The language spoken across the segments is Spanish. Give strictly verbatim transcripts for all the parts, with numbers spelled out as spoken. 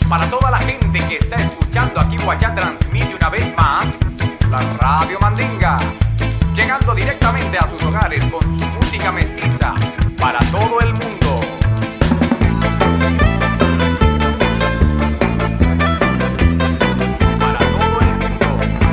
Para toda la gente que está escuchando aquí, Guayá transmite una vez más la Radio Mandinga, llegando directamente a sus hogares con su música mestiza para todo el mundo. Para todo el mundo.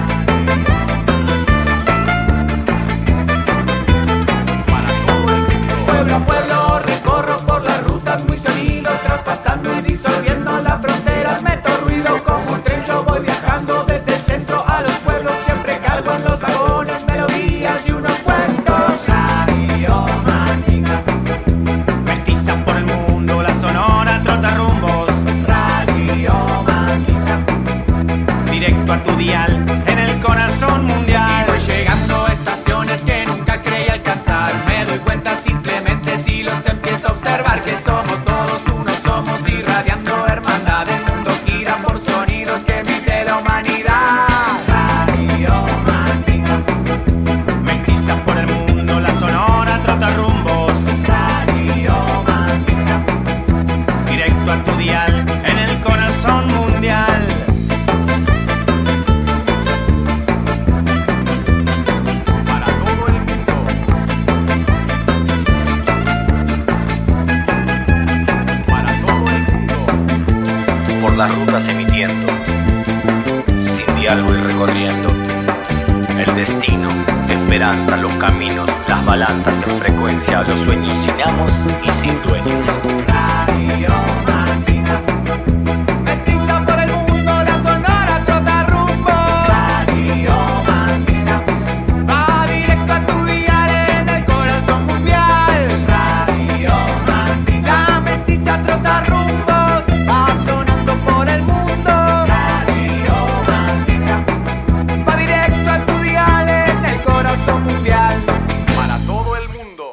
Para todo el mundo. Pueblo a pueblo recorro por las rutas muy sonido, traspasando y disolviendo las fronteras, meto ruido como un tren, yo voy viajando desde el centro a los pueblos, siempre cargo en los vagones melodías y unos cuentos. Radio Mandinga, mestiza por el mundo, la sonora trota rumbos. Radio Mandinga, directo a tu dial, en el corazón mundial. Y voy llegando a estaciones que nunca creí alcanzar, me doy cuenta simplemente si los empiezo a observar, que somos todos uno, somos irradiando hermandad, el mundo gira por sonidos que emite la humanidad. Radio Mandinga, mestiza por el mundo, la sonora trota rumbos. Radio Mandinga, directo a tu dial, en el corazón mundial. Para todo el mundo. Para todo el mundo. Por las rutas emitiendo, sin diálogo y recorriendo. El destino, esperanza, los caminos, las balanzas en frecuencia, los sueños sin amos y sin dueños. Radio Mandinga, mestiza por el mundo, la sonora trota rumbo. Radio Mandinga, va directo a tu dial, en el corazón mundial. Radio Mandinga, la mestiza trota rumbo, va sonando por el mundo. Radio Mandinga, va directo a tu dial, en el corazón mundial. Para todo el mundo.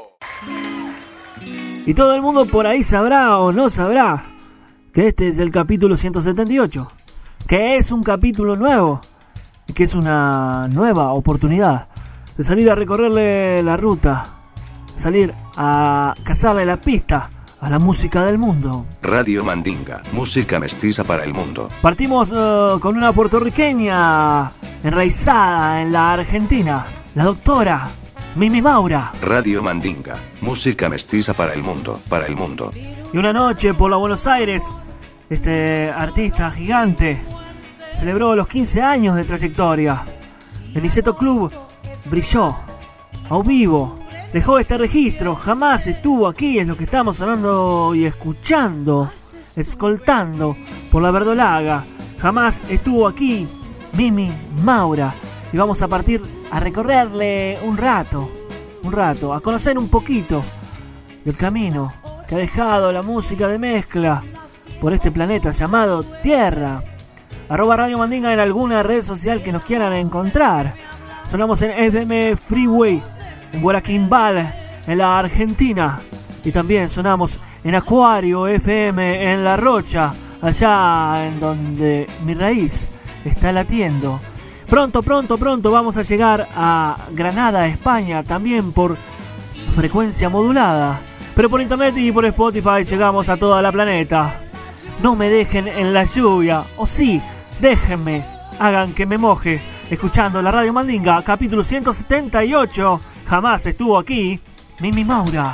Y todo el mundo por ahí sabrá o no sabrá que este es el capítulo ciento setenta y ocho, que es un capítulo nuevo y que es una nueva oportunidad de salir a recorrerle la ruta, salir a cazarle la pista a la música del mundo. Radio Mandinga, música mestiza para el mundo. Partimos uh, con una puertorriqueña enraizada en la Argentina, la doctora Mimi Maura. Radio Mandinga, música mestiza para el mundo, para el mundo. Y una noche por la Buenos Aires, este artista gigante celebró los quince años de trayectoria. El Niceto Club brilló a vivo, dejó este registro, jamás estuvo aquí, es lo que estamos sonando y escuchando, escoltando por la verdolaga. Jamás estuvo aquí Mimi Maura. Y vamos a partir a recorrerle un rato, un rato, a conocer un poquito del camino que ha dejado la música de mezcla por este planeta llamado Tierra. Arroba Radio Mandinga en alguna red social que nos quieran encontrar. Sonamos en F M Freeway, en Guaraquimbal, en la Argentina. Y también sonamos en Acuario F M en La Rocha, allá en donde mi raíz está latiendo. Pronto, pronto, pronto vamos a llegar a Granada, España, también por frecuencia modulada. Pero por internet y por Spotify llegamos a toda la planeta. No me dejen en la lluvia, o sí, déjenme, hagan que me moje, escuchando la Radio Mandinga, capítulo ciento setenta y ocho. Jamás estuvo aquí Mimi Maura.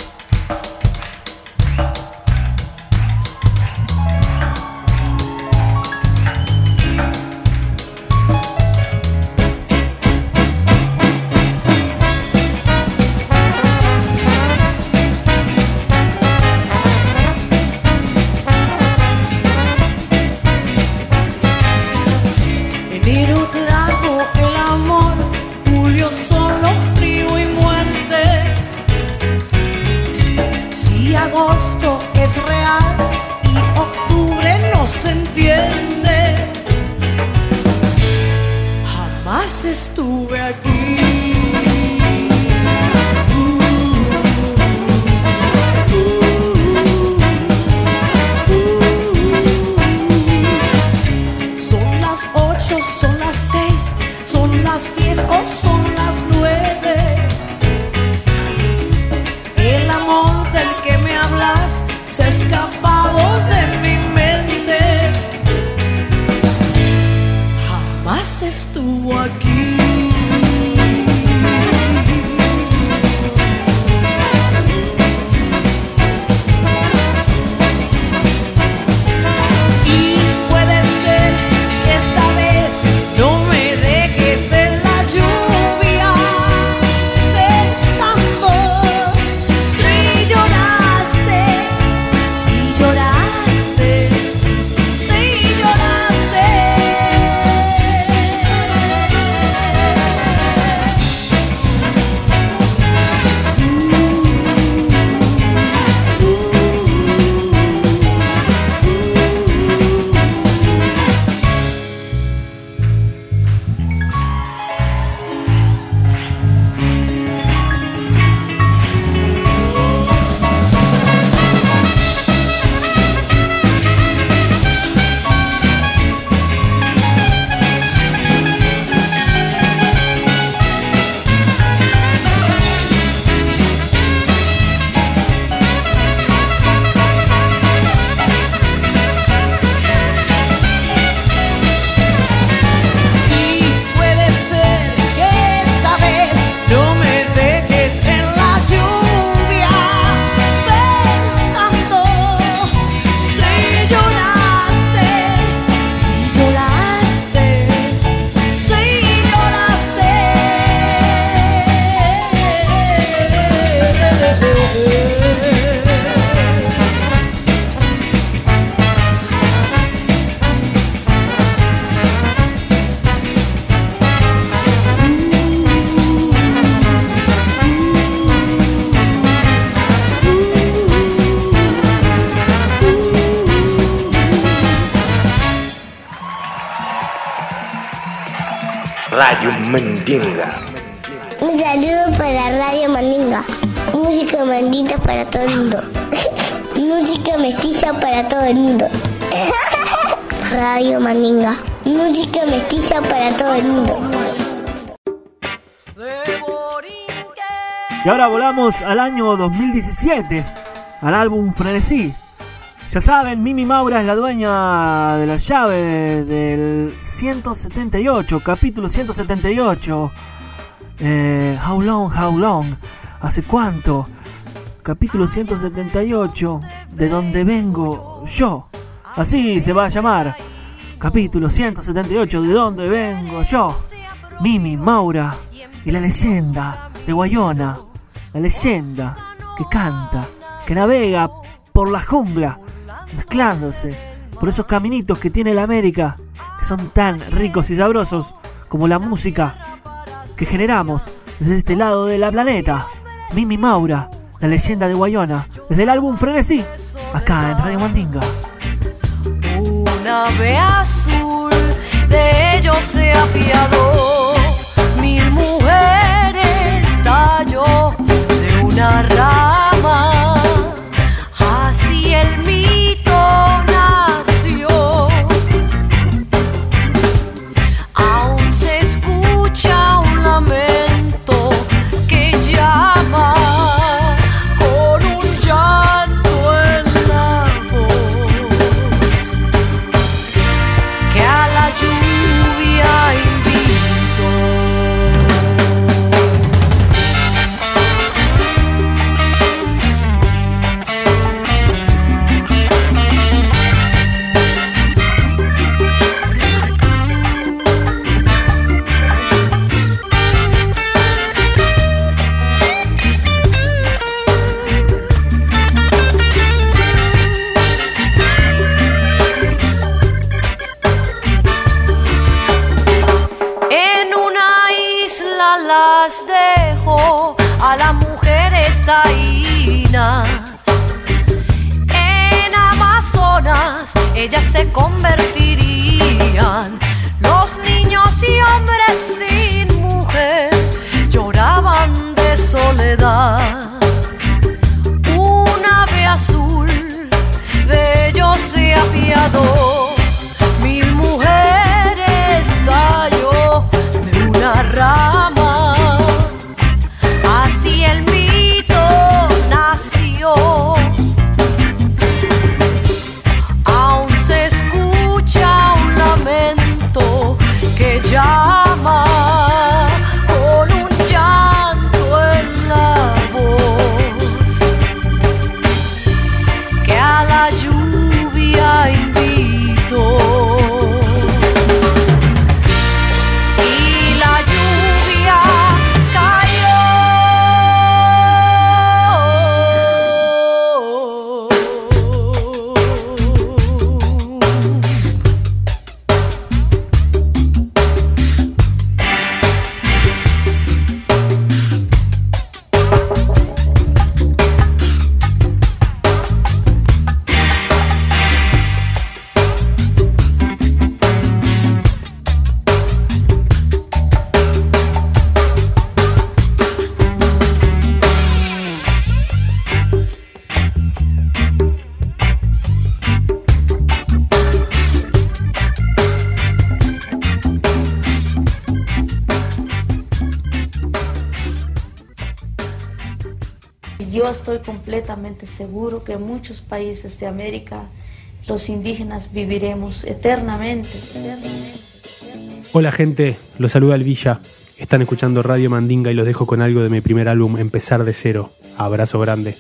Enero trajo el amor, julio solo frío y muerte. estuvo aquí. Radio Mandinga. Un saludo para Radio Mandinga. Música mandinga para todo el mundo. Música mestiza para todo el mundo. Radio Mandinga. Música mestiza para todo el mundo. Y ahora volamos al año dos mil diecisiete, al álbum Frenesí. Ya saben, Mimi Maura es la dueña de la llave del ciento setenta y ocho, capítulo ciento setenta y ocho. Eh, how long, how long, ¿hace cuánto? Capítulo ciento setenta y ocho, de donde vengo yo. Así se va a llamar. Capítulo ciento setenta y ocho, de donde vengo yo. Mimi Maura y la leyenda de Guayona. La leyenda que canta, que navega por la jungla, mezclándose por esos caminitos que tiene la América, que son tan ricos y sabrosos como la música que generamos desde este lado de la planeta. Mimi Maura, la leyenda de Guayona, desde el álbum Frenesí, acá en Radio Mandinga. Una ave azul, de ellos se apiadó, mil mujeres talló de una rama, así el mito nació. Aún se escucha un lamento que llama con un llanto en la voz, que a la lluvia invitó. Las dejo a las mujeres taínas en Amazonas, ellas se convertirían. Los niños y hombres sin mujer lloraban de soledad. Un ave azul de ellos se apiadó, mil mujeres cayó de una rama. Así el mito nació. Aún se escucha un lamento que ya la lluvia invito. Y la lluvia cayó. Yo estoy completamente seguro que en muchos países de América los indígenas viviremos eternamente, eternamente, eternamente. Hola gente, los saluda el Villa. Están escuchando Radio Mandinga y los dejo con algo de mi primer álbum, Empezar de Cero. Abrazo grande.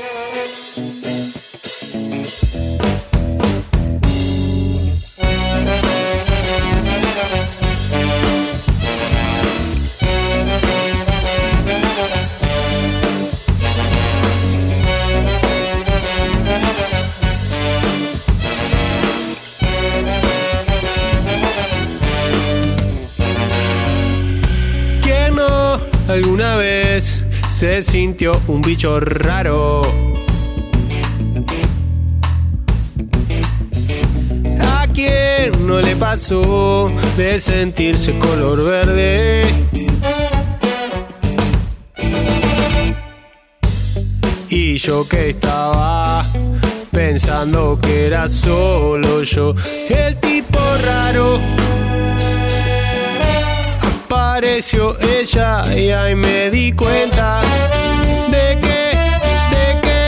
Alguna vez se sintió un bicho raro. ¿A quién no le pasó de sentirse color verde? Y yo que estaba pensando que era solo yo, el tipo raro. Apareció ella y ahí me di cuenta de que, de que,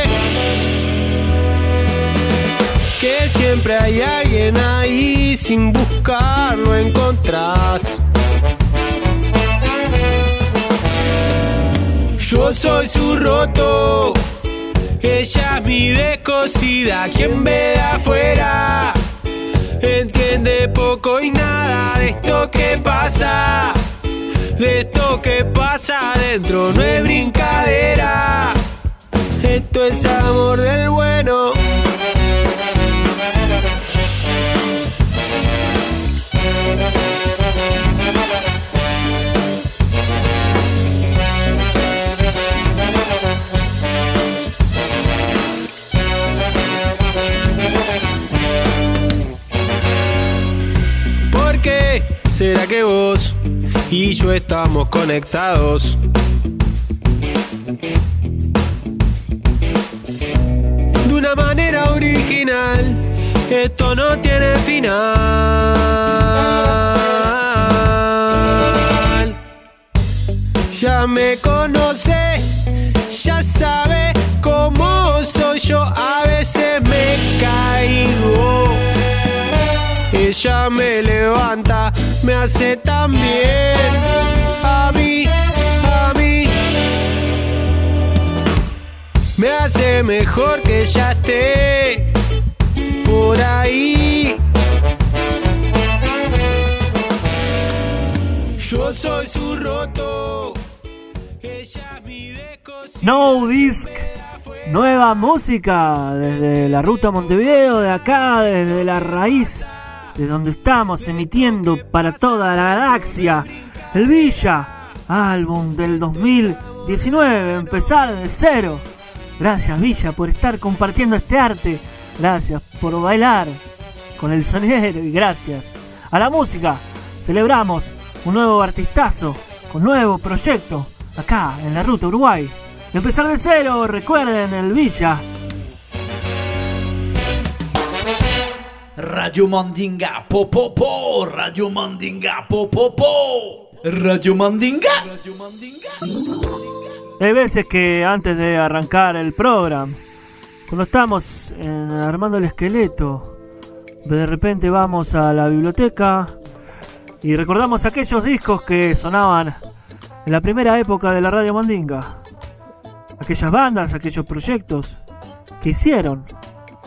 que siempre hay alguien ahí, sin buscarlo encontrás. Yo soy su roto, ella es mi descosida, quien ve de afuera entiende poco y nada de esto que pasa. De esto que pasa adentro no es brincadera. Esto es amor del bueno. ¿Por qué será que vos y yo estamos conectados? De una manera original, esto no tiene final. Ya me conoce, ya sabe cómo soy yo, a veces me caigo. Ella me levanta, me hace tan bien a mí, a mí. Me hace mejor que ella esté por ahí. Yo soy su roto, ella es mi descosida. No Disc, nueva música desde la ruta Montevideo, de acá, desde la raíz de donde estamos emitiendo para toda la galaxia. El Villa, álbum del dos mil diecinueve, Empezar de Cero. Gracias Villa por estar compartiendo este arte. Gracias por bailar con el sonidero y gracias a la música. Celebramos un nuevo artistazo con nuevo proyecto acá en la ruta Uruguay. Empezar de Cero, recuerden el Villa. Radio Mandinga, po, po, po. Radio Mandinga, po, po, po. Radio Mandinga. Radio Mandinga. Hay veces que antes de arrancar el programa, cuando estamos en, armando el esqueleto, de repente vamos a la biblioteca y recordamos aquellos discos que sonaban en la primera época de la Radio Mandinga. Aquellas bandas, aquellos proyectos que hicieron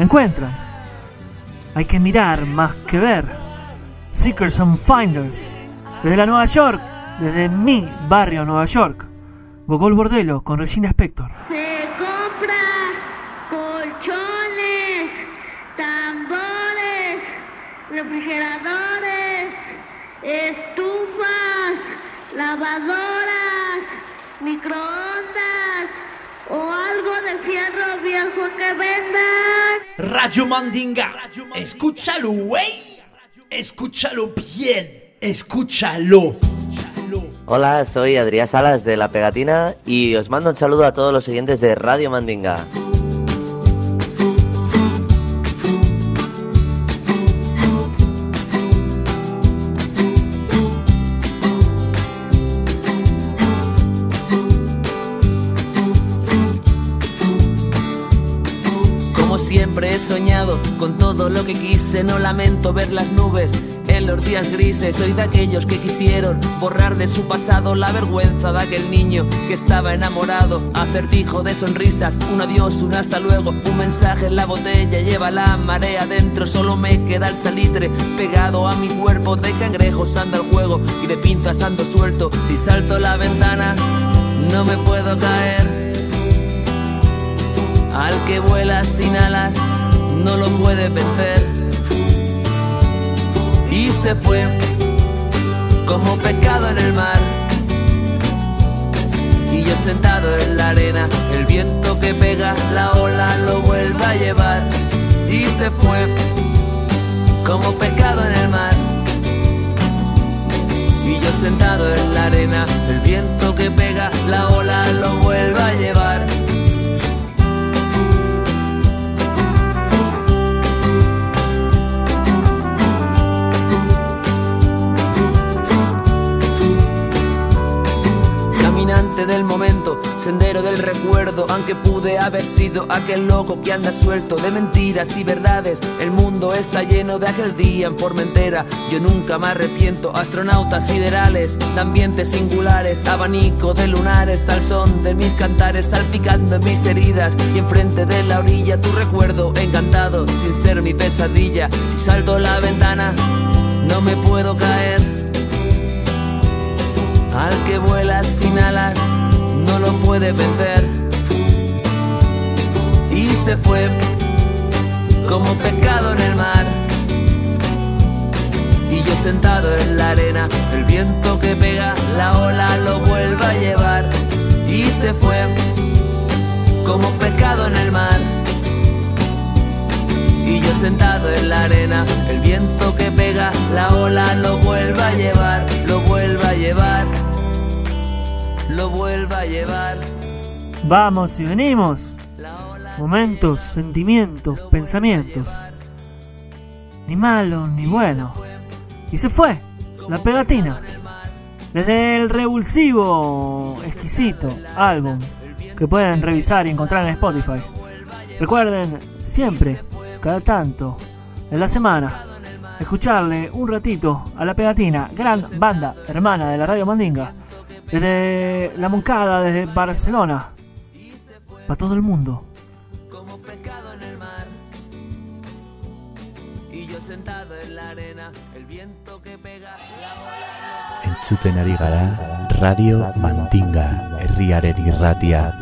encuentran. Hay que mirar más que ver. Seekers and Finders. Desde la Nueva York, desde mi barrio Nueva York. Gogol Bordello con Regina Spector. Se compra colchones, tambores, refrigeradores, estufas, lavadoras, microondas o algo de fierro viejo que vendan. Radio Mandinga, escúchalo, güey. Escúchalo bien, escúchalo. Hola, soy Adrián Salas de La Pegatina y os mando un saludo a todos los oyentes de Radio Mandinga. Siempre he soñado con todo lo que quise, no lamento ver las nubes en los días grises. Soy de aquellos que quisieron borrar de su pasado la vergüenza de aquel niño que estaba enamorado. Acertijo de sonrisas, un adiós, un hasta luego, un mensaje en la botella, lleva la marea dentro. Solo me queda el salitre pegado a mi cuerpo. De cangrejos anda el juego y de pinzas ando suelto. Si salto la ventana no me puedo caer. Al que vuela sin alas no lo puede vencer. Y se fue como pescado en el mar. Y yo sentado en la arena, el viento que pega la ola lo vuelve a llevar. Y se fue como pescado en el mar. Y yo sentado en la arena, el viento que pega la ola lo vuelve a llevar. Caminante del momento, sendero del recuerdo, aunque pude haber sido aquel loco que anda suelto de mentiras y verdades. El mundo está lleno de aquel día en Formentera. Yo nunca me arrepiento. Astronautas siderales, de ambientes singulares, abanico de lunares al son de mis cantares, salpicando en mis heridas. Y enfrente de la orilla tu recuerdo encantado, sin ser mi pesadilla. Si salto la ventana no me puedo caer. Al que vuela sin alas no lo puede vencer. Y se fue como pescado en el mar. Y yo sentado en la arena, el viento que pega la ola lo vuelve a llevar. Y se fue como pescado en el mar. Y yo sentado en la arena, el viento que pega la ola lo vuelve a llevar, lo vuelve a llevar, lo vuelve a llevar. Vamos y venimos. Momentos, sentimientos, pensamientos. Ni malo ni bueno. Y se fue La Pegatina. Desde el revulsivo, exquisito álbum que pueden revisar y encontrar en Spotify. Recuerden siempre, cada tanto, en la semana, escucharle un ratito a La Pegatina, gran banda hermana de la Radio Mandinga, desde La Moncada, desde Barcelona, para todo el mundo. Entzuten ari gara Radio Mandinga, herriaren irratia.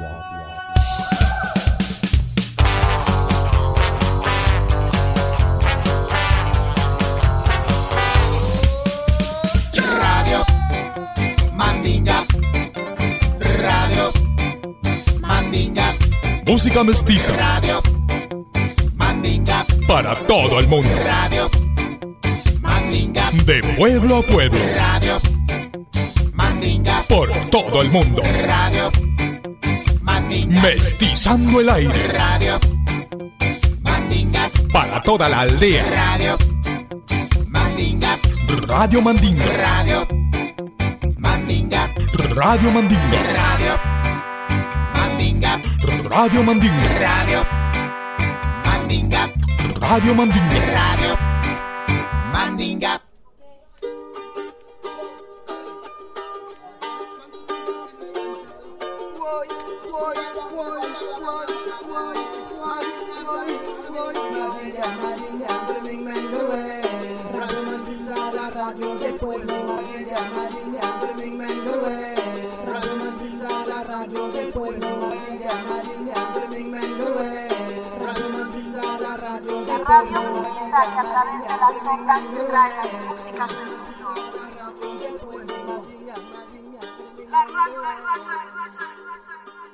Radio Mandinga, Radio Mandinga, música mestiza, Radio Mandinga, para todo el mundo, Radio Mandinga, de pueblo a pueblo, Radio Mandinga, por todo el mundo, Radio Mandinga, mestizando el aire, Radio Mandinga, para toda la aldea, Radio Mandinga, Radio Mandinga, Radio Mandinga, Radio Mandinga, Radio Mandinga, Radio Mandinga, Radio Mandinga, Radio Mandinga, Radio Mandinga. Radio Mandinga, que a través de las ondas te trae las músicas del mundo. La radio de raza, raza, raza.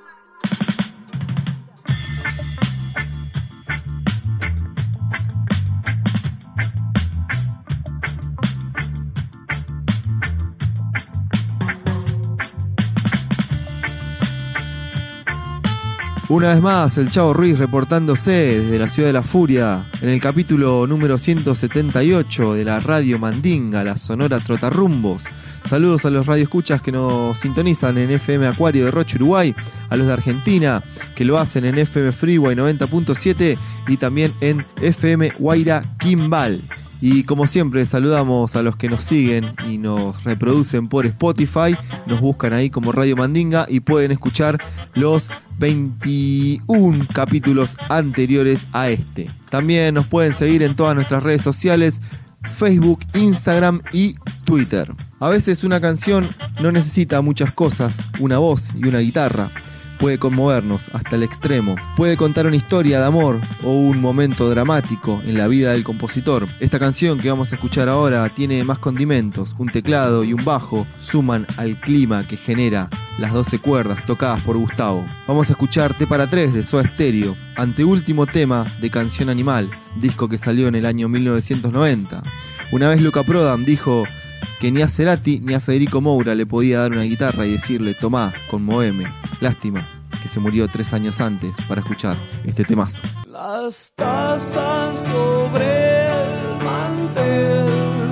Una vez más, el Chavo Ruiz reportándose desde la Ciudad de la Furia en el capítulo número ciento setenta y ocho de la Radio Mandinga, la Sonora Trotarrumbos. Saludos a los radioescuchas que nos sintonizan en F M Acuario de Rocha, Uruguay, a los de Argentina que lo hacen en F M Freeway noventa punto siete y también en F M Guaira Quimbal. Y como siempre saludamos a los que nos siguen y nos reproducen por Spotify, nos buscan ahí como Radio Mandinga y pueden escuchar los veintiún capítulos anteriores a este. También nos pueden seguir en todas nuestras redes sociales, Facebook, Instagram y Twitter. A veces una canción no necesita muchas cosas, una voz y una guitarra. Puede conmovernos hasta el extremo, puede contar una historia de amor o un momento dramático en la vida del compositor. Esta canción que vamos a escuchar ahora tiene más condimentos, un teclado y un bajo suman al clima que genera las doce cuerdas tocadas por Gustavo. Vamos a escuchar T para tres de Soda Stereo, anteúltimo tema de Canción Animal, disco que salió en el año mil novecientos noventa. Una vez Luca Prodan dijo que ni a Cerati ni a Federico Moura le podía dar una guitarra y decirle tomá, conmoveme. Lástima que se murió tres años antes para escuchar este temazo. Las tazas sobre el mantel,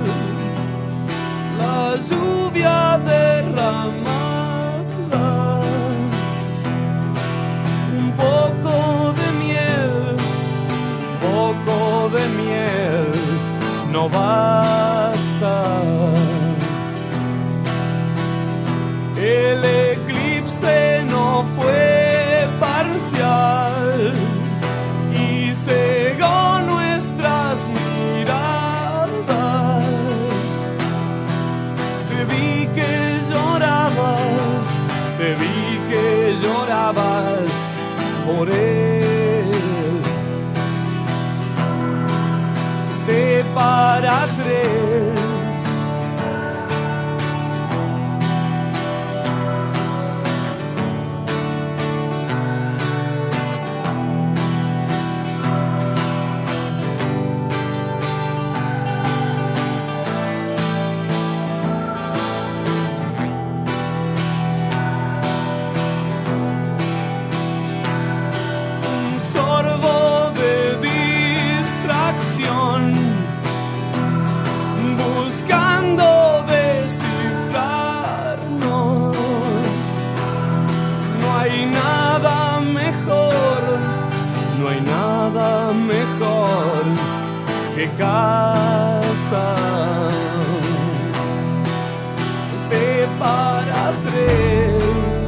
la lluvia derramada, un poco de miel, poco de miel, no basta. El eclipse no fue parcial y cegó nuestras miradas. Te vi que llorabas, te vi que llorabas por él. Te para tres. Casa T para tres.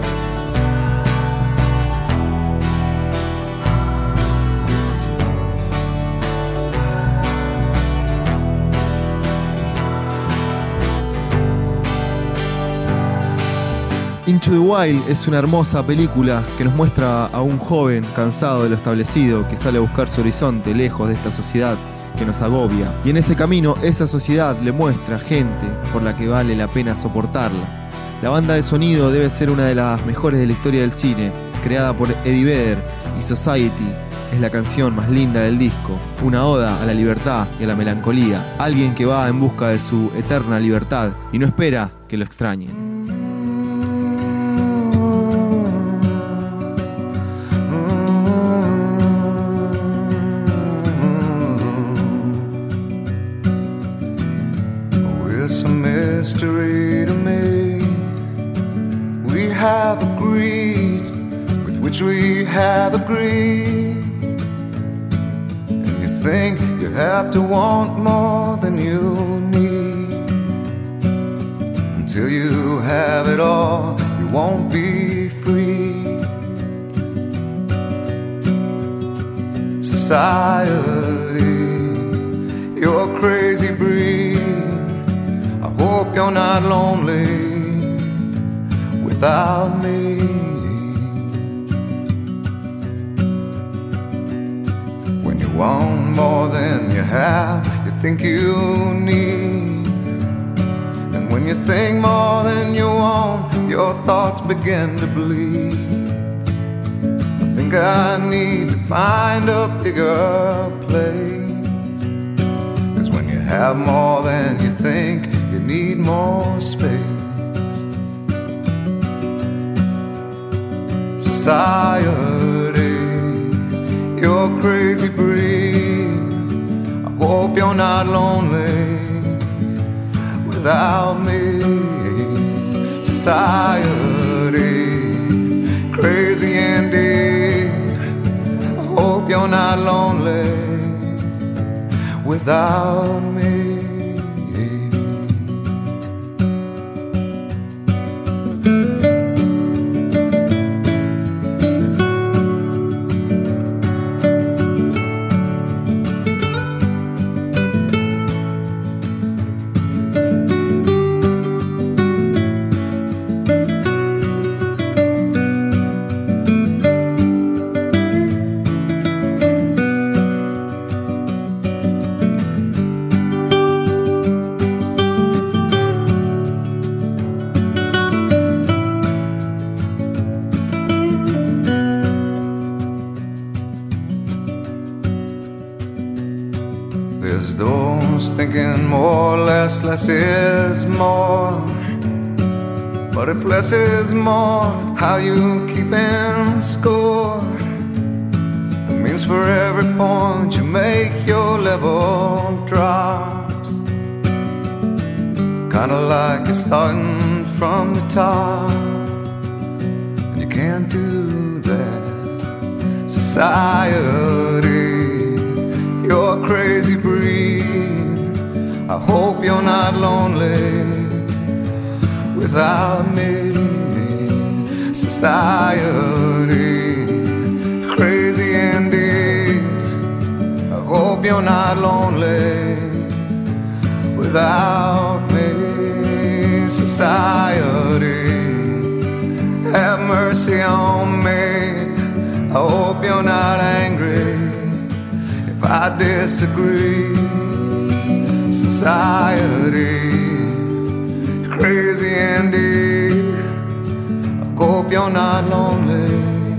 Into the Wild es una hermosa película que nos muestra a un joven cansado de lo establecido que sale a buscar su horizonte lejos de esta sociedad que nos agobia, y en ese camino esa sociedad le muestra gente por la que vale la pena soportarla. La banda de sonido debe ser una de las mejores de la historia del cine, creada por Eddie Vedder, y Society es la canción más linda del disco, una oda a la libertad y a la melancolía, alguien que va en busca de su eterna libertad y no espera que lo extrañen. Mystery to me, we have agreed with which we have agreed, and you think you have to want more than you need. Until you have it all, you won't be free. Society not lonely without me. When you want more than you have, you think you need. And when you think more than you want, your thoughts begin to bleed. I think I need to find a bigger place. 'Cause when you have more than you think, you need more space. Society, you're crazy breed. I hope you're not lonely without me. Society, crazy indeed. I hope you're not lonely without me. There's those thinking more, less, less is more. But if less is more, how you keeping score? It means for every point you make, your level drops. Kinda like you're starting from the top, and you can't do that. Society, you're a crazy breed. I hope you're not lonely without me. Society, crazy indeed. I hope you're not lonely without me. Society, have mercy on me. I hope you're not angry if I disagree. Society, crazy indeed. I hope you're not lonely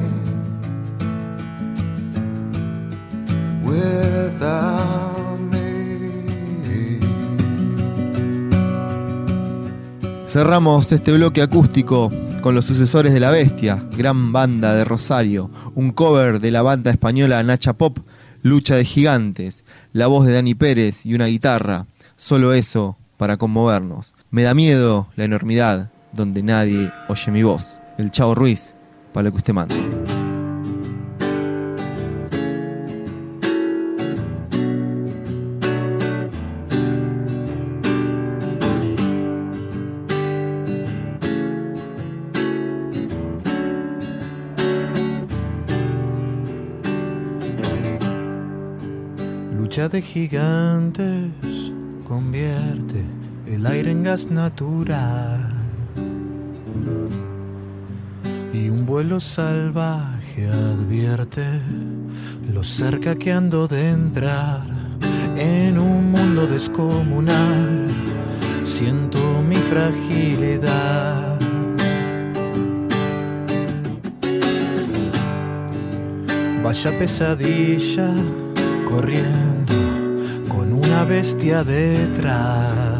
without me. Cerramos este bloque acústico con Los Sucesores de la Bestia, gran banda de Rosario, un cover de la banda española Nacha Pop, Lucha de Gigantes, la voz de Dani Pérez y una guitarra, solo eso para conmovernos. Me da miedo la enormidad donde nadie oye mi voz. El Chavo Ruiz, para lo que usted manda. Lucha de gigantes convierte el aire en gas natural y un vuelo salvaje advierte lo cerca que ando de entrar en un mundo descomunal. Siento mi fragilidad. Vaya pesadilla corriendo con una bestia detrás.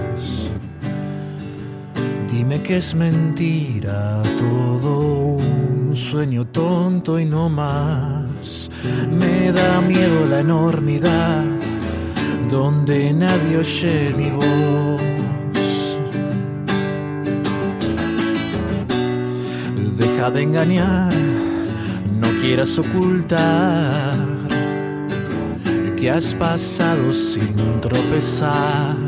Dime que es mentira, todo un sueño tonto y no más. Me da miedo la enormidad donde nadie oye mi voz. Deja de engañar, no quieras ocultar que has pasado sin tropezar.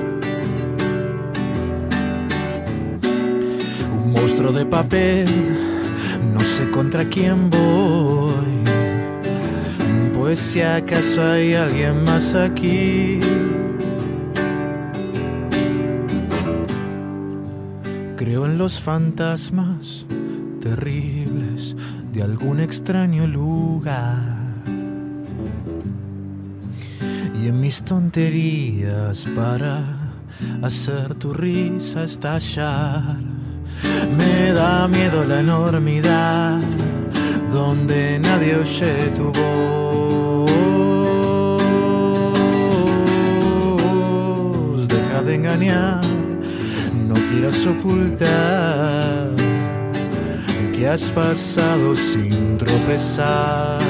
Un monstruo de papel, no sé contra quién voy, pues si acaso hay alguien más aquí. Creo en los fantasmas terribles de algún extraño lugar y en mis tonterías para hacer tu risa estallar. Me da miedo la enormidad donde nadie oye tu voz. Deja de engañar, no quieras ocultar que has pasado sin tropezar.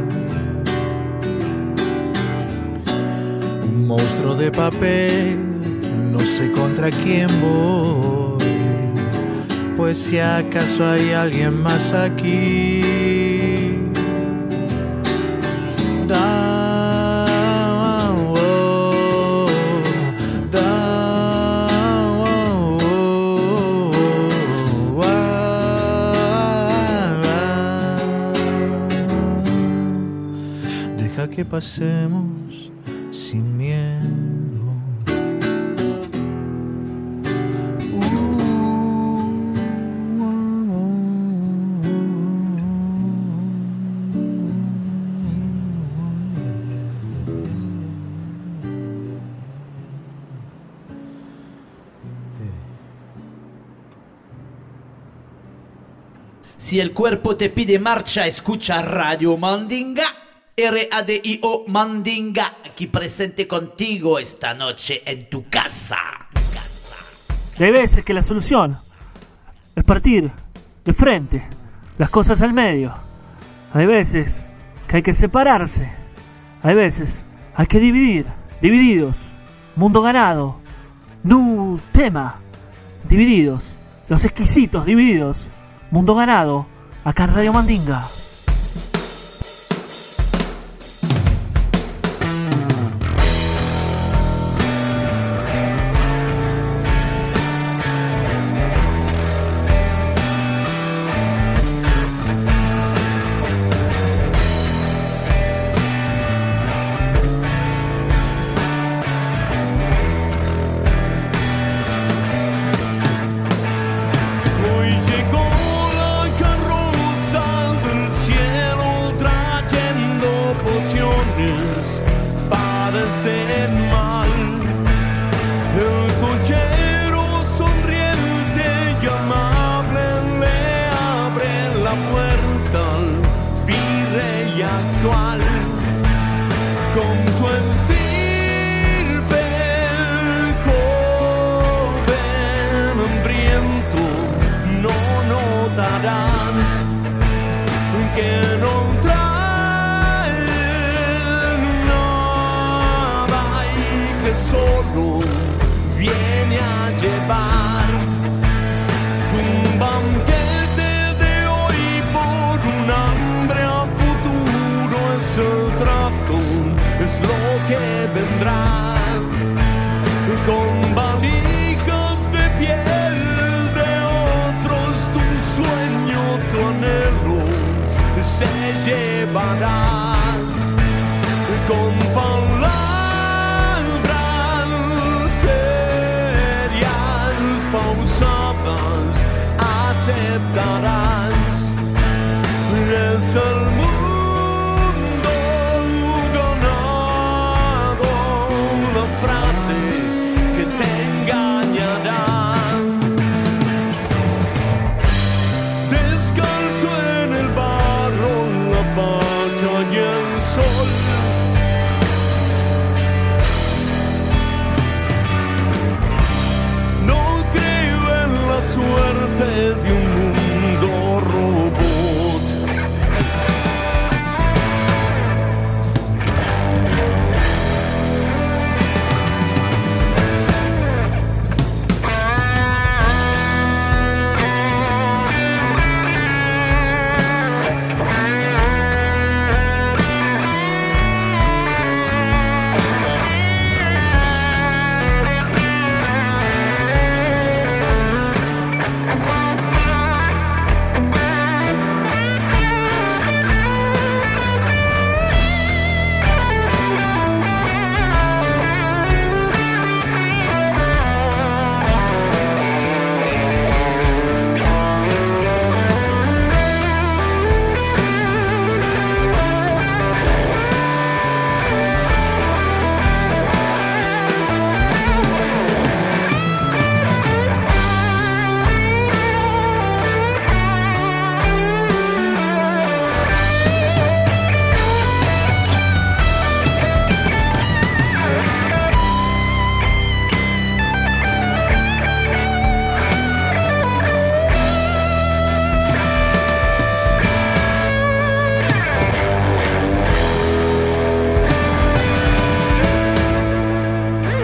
Un monstruo de papel, no sé contra quién voy, pues si acaso hay alguien más aquí. Da, oh, da, oh, oh, ah, ah. Deja que pasemos sin miedo. Si el cuerpo te pide marcha, escucha Radio Mandinga. R A D I O Mandinga, aquí presente contigo esta noche en tu casa. Y hay veces que la solución es partir de frente las cosas al medio. Hay veces que hay que separarse. Hay veces hay que dividir. Divididos. Mundo ganado. Nu tema. Divididos. Los exquisitos divididos. Mundo ganado. Acá en Radio Mandinga.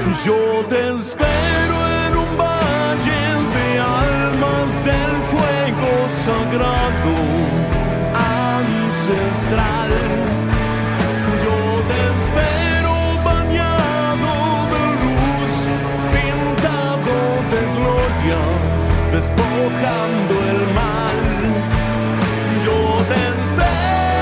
Yo te espero en un valle de almas del fuego sagrado, ancestral. Yo te espero bañado de luz, pintado de gloria, despojando el mal. Yo te espero.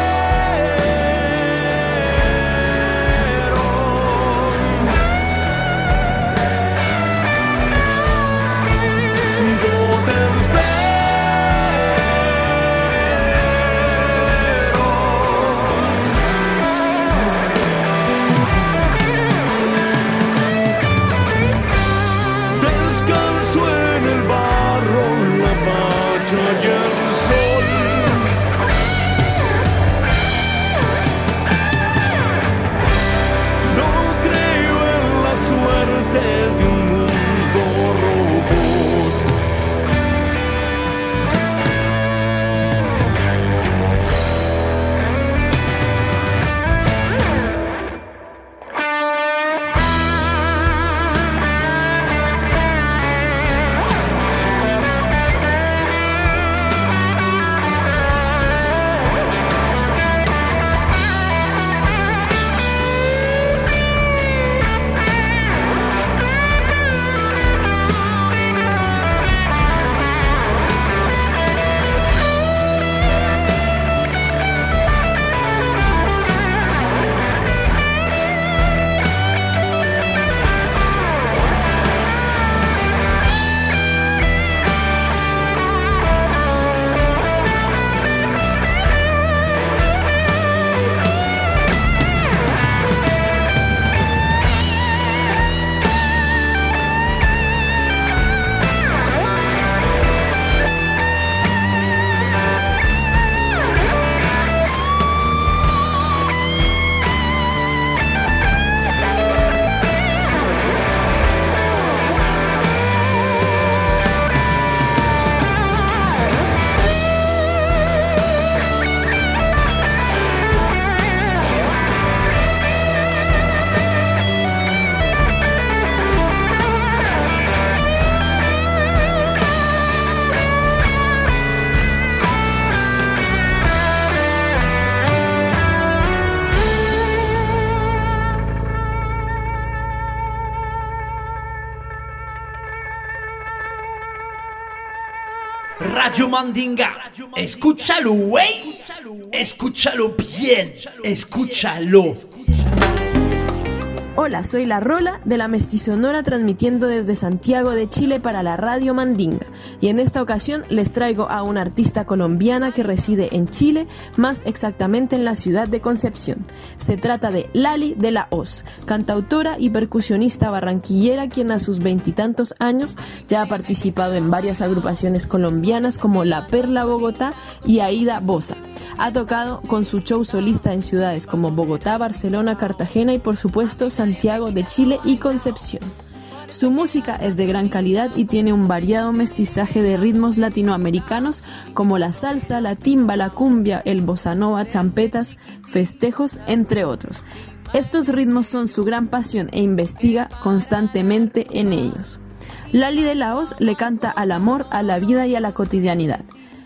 Radio Mandinga, escúchalo, güey, escúchalo bien, escúchalo. Hola, soy La Rola de la Mestizonora, transmitiendo desde Santiago de Chile para la Radio Mandinga, y en esta ocasión les traigo a una artista colombiana que reside en Chile, más exactamente en la ciudad de Concepción. Se trata de Lali de la Hoz, cantautora y percusionista barranquillera, quien a sus veintitantos años ya ha participado en varias agrupaciones colombianas como La Perla Bogotá y Aida Bosa. Ha tocado con su show solista en ciudades como Bogotá, Barcelona, Cartagena y por supuesto Santiago de Chile y Concepción. Su música es de gran calidad y tiene un variado mestizaje de ritmos latinoamericanos como la salsa, la timba, la cumbia, el bossa nova, champetas, festejos, entre otros. Estos ritmos son su gran pasión e investiga constantemente en ellos. Lali de la Hoz le canta al amor, a la vida y a la cotidianidad.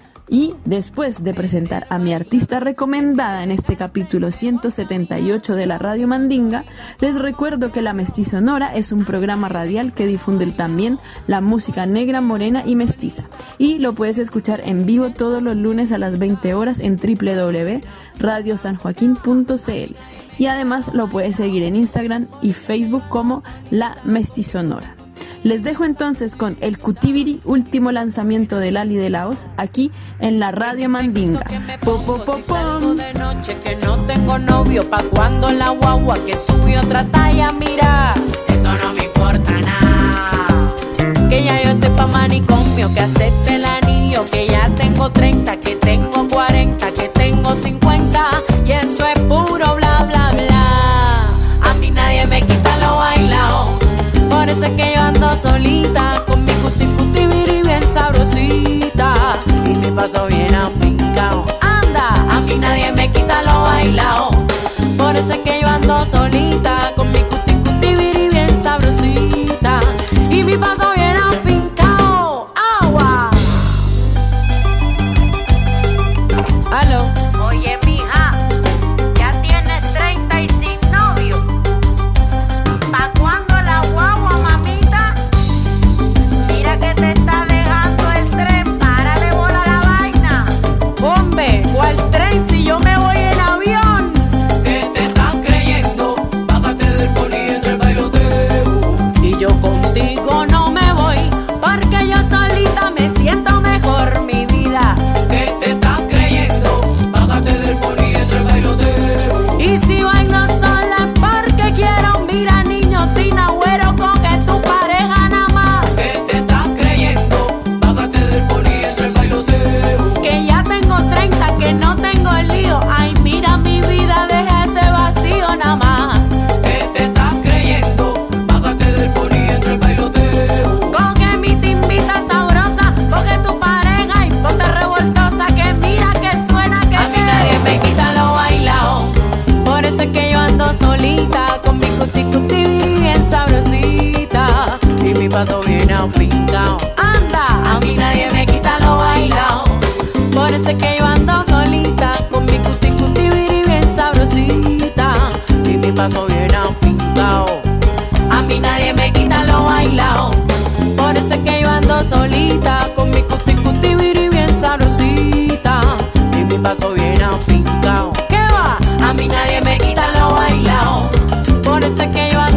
Y después de presentar a mi artista recomendada en este capítulo ciento setenta y ocho de la Radio Mandinga, les recuerdo que La Mestizonora es un programa radial que difunde también la música negra, morena y mestiza. Y lo puedes escuchar en vivo todos los lunes a las veinte horas en doble u doble u doble u punto radio san joaquín punto c l. Y además lo puedes seguir en Instagram y Facebook como La Mestizonora. Les dejo entonces con El Cutibiri, último lanzamiento de Lali de la Hoz, aquí en la Radio Mandinga. Po, po, po, po. De noche que no tengo novio, pa' cuando la guagua que subió otra talla, mira, eso no me importa nada. Que ya yo estoy pa' manicomio, que acepte el anillo, que ya tengo treinta, que tengo cuarenta, que tengo cincuenta, y eso es puro bla, bla, bla. A mí nadie me quita lo bailao. Por eso es que yo ando solita, con mi cuti cuti viri bien sabrosita, y me paso bien afincao. Anda, a mí nadie me quita lo bailao. Por eso es que yo ando solita, con mi cuti cuti viri bien sabrosita.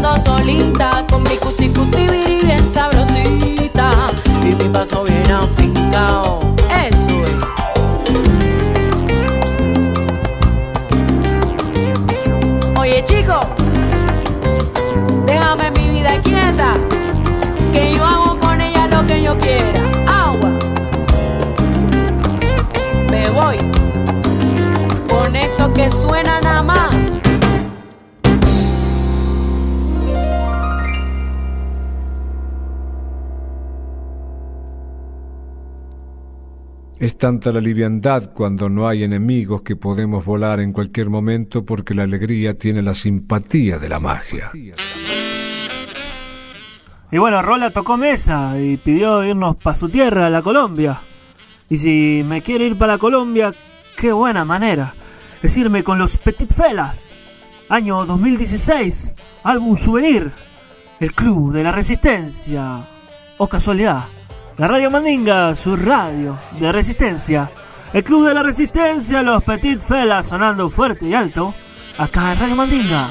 ando solita con mi cuti cuti viri bien sabrosita y mi paso bien afincao. Eso es. Oye chico, déjame mi vida quieta, que yo hago con ella lo que yo quiera. Agua. Me voy con esto que suena nada más. Es tanta la liviandad cuando no hay enemigos que podemos volar en cualquier momento porque la alegría tiene la simpatía de la magia. Y bueno, Rola tocó mesa y pidió irnos para su tierra, la Colombia. Y si me quiere ir para la Colombia, qué buena manera. Es irme con los Petit Felas. Año dos mil dieciséis, álbum Souvenir. El Club de la Resistencia. O casualidad, la Radio Mandinga, su radio de resistencia. El Club de la Resistencia, los Petit Felas sonando fuerte y alto. Acá en Radio Mandinga.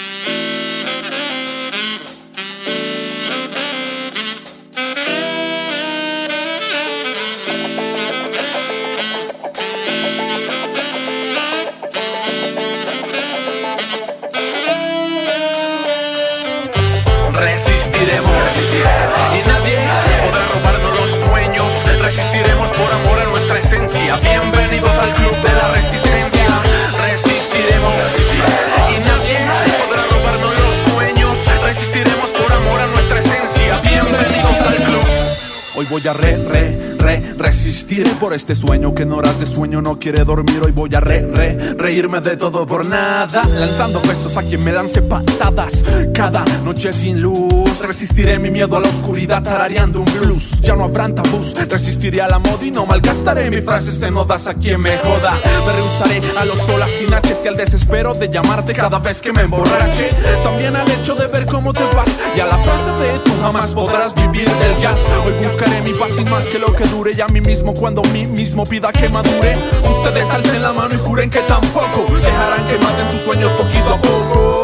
Bienvenidos al Club de la Resistencia. Resistiremos y nadie podrá robarnos los sueños. Resistiremos por amor a nuestra esencia. Bienvenidos al club. Hoy voy a re, re, re, resistir por este sueño que en horas de sueño no quiere dormir. Hoy voy a re, re, reírme de todo por nada, lanzando besos a quien me lance patadas. Cada noche sin luz, resistiré mi miedo a la oscuridad tarareando un blues. Ya no habrán tabús, resistiré a la moda y no malgastaré mis frases en odas a quien me joda. Me rehusaré a los solas sin H y al desespero de llamarte cada vez que me emborrache. También al hecho de ver cómo te vas y a la frase de tú jamás podrás vivir del jazz. Hoy buscaré mi paz sin más que lo que dure, y a mí mismo cuando mí mismo pida que madure. Ustedes alcen la mano y juren que tampoco dejarán que maten sus sueños poquito a poco.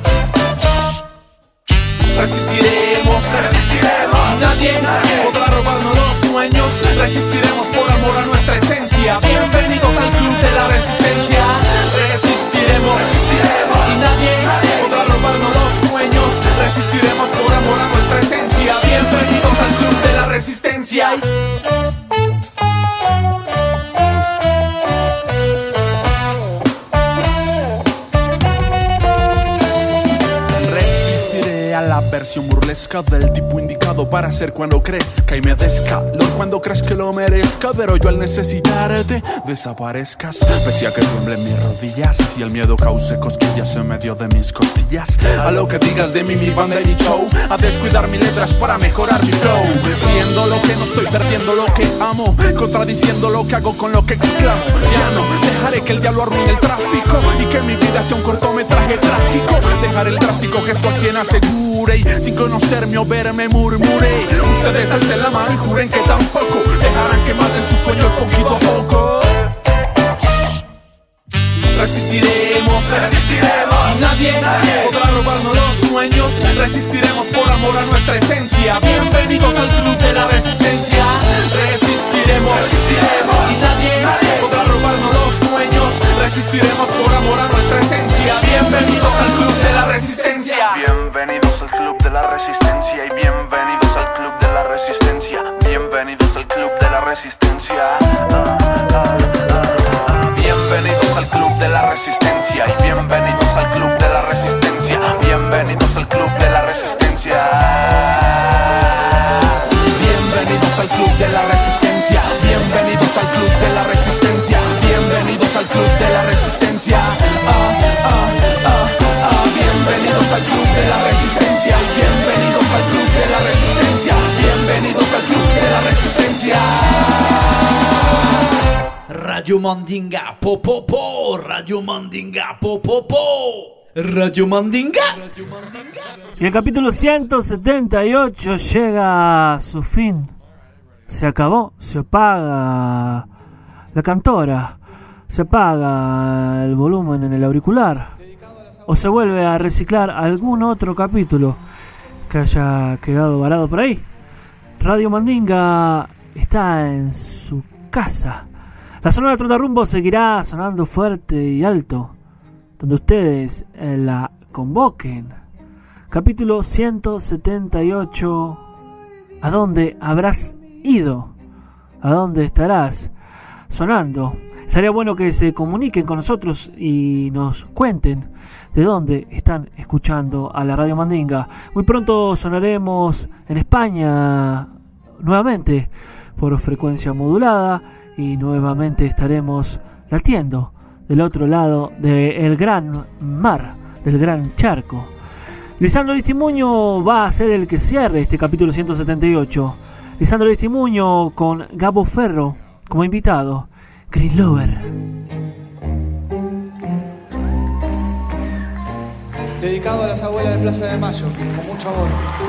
Resistiremos, resistiremos. Nadie, nadie podrá robarnos los sueños. Resistiremos por amor a nuestra esencia. Bienvenidos al Club de la Resistencia. Resistiremos, resistiremos. Y nadie, nadie podrá robarnos los sueños. Resistiremos por amor a nuestra esencia. Bienvenidos al Club de la Resistencia. A la versión burlesca del tipo indicado para ser cuando crezca y me des calor cuando crees que lo merezca, pero yo al necesitarte desaparezcas. Pese a que tiemblen mis rodillas y el miedo cause cosquillas en medio de mis costillas. A lo que digas de mí, mi banda y mi show, a descuidar mis letras para mejorar mi flow. Siendo lo que no soy, perdiendo lo que amo, contradiciendo lo que hago con lo que exclamo. Ya no dejaré que el diablo arruine el tráfico y que mi vida sea un cortometraje trágico. Dejar el drástico gesto a quien asegura y sin conocerme o verme murmuré. Ustedes alcen la mano y juren que tampoco dejarán que maten sus sueños poquito a poco. Resistiremos, resistiremos. Y nadie, nadie podrá robarnos los sueños. Resistiremos por amor a nuestra esencia. Bienvenidos al Club de la Resistencia. Resistiremos, resistiremos. Y nadie, nadie podrá robarnos los sueños. Resistiremos por amor a nuestra esencia. Bienvenidos al Club de la Resistencia. Bienvenidos al Club de la Resistencia. Y bienvenidos al Club de la Resistencia. Bienvenidos al Club de la Resistencia. Ah, ah, ah. Bienvenidos al Club de la Resistencia. Y bienvenidos al Club de la Resistencia. Bienvenidos al Club de la Resistencia. Bienvenidos al Club de la Resistencia. Bienvenidos al Club de la Resistencia. Bienvenidos al Club de la Resistencia. Ah, ah, ah, ah. Bienvenidos al Club de la Resistencia. Bienvenidos al Club de la Resistencia. Bienvenidos al Club de la Resistencia. Radio Mandinga, po po po, Radio Mandinga, po po po, Radio Mandinga. Y el capítulo ciento setenta y ocho llega a su fin. Se acabó, se apaga la cantora, se apaga el volumen en el auricular. o se vuelve a reciclar algún otro capítulo que haya quedado varado por ahí. Radio Mandinga está en su casa. La Sonora Trotarrumbo seguirá sonando fuerte y alto donde ustedes eh, la convoquen. Capítulo ciento setenta y ocho. ¿A dónde habrás ido? ¿A dónde estarás sonando? Estaría bueno que se comuniquen con nosotros y nos cuenten de dónde están escuchando a la Radio Mandinga. Muy pronto sonaremos en España nuevamente por frecuencia modulada y nuevamente estaremos latiendo del otro lado del gran mar, del gran charco. Lisandro Aristimuño va a ser el que cierre este capítulo ciento setenta y ocho. Lisandro Aristimuño con Gabo Ferro como invitado. Green Lover. Dedicado a las abuelas de Plaza de Mayo, con mucho amor.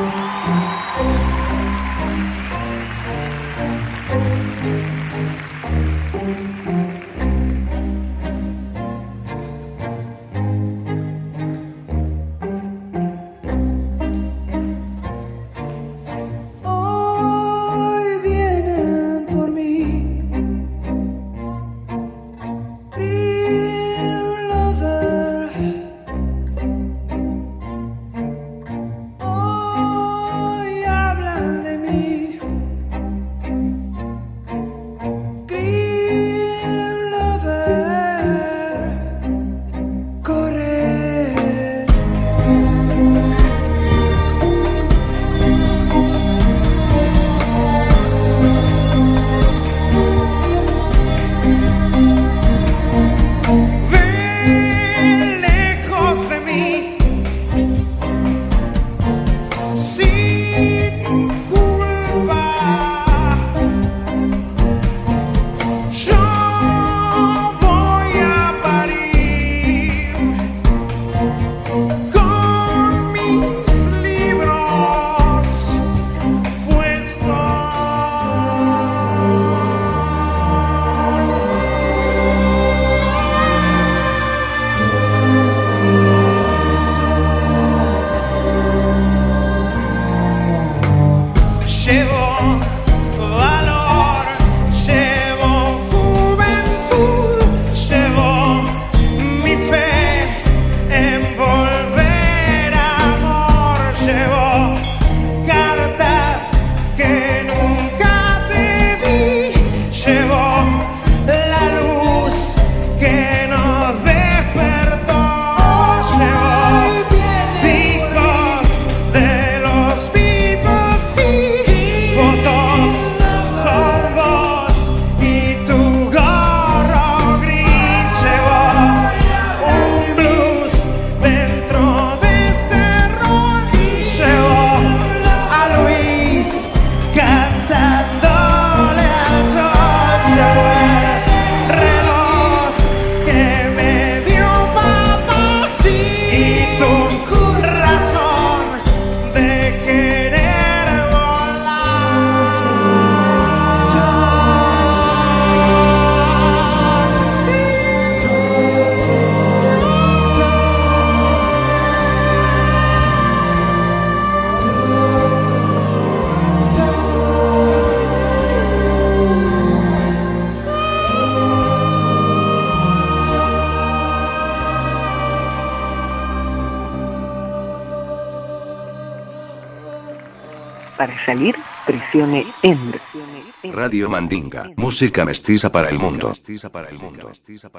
Para salir, presione Enter. Radio Mandinga, música mestiza para el mundo.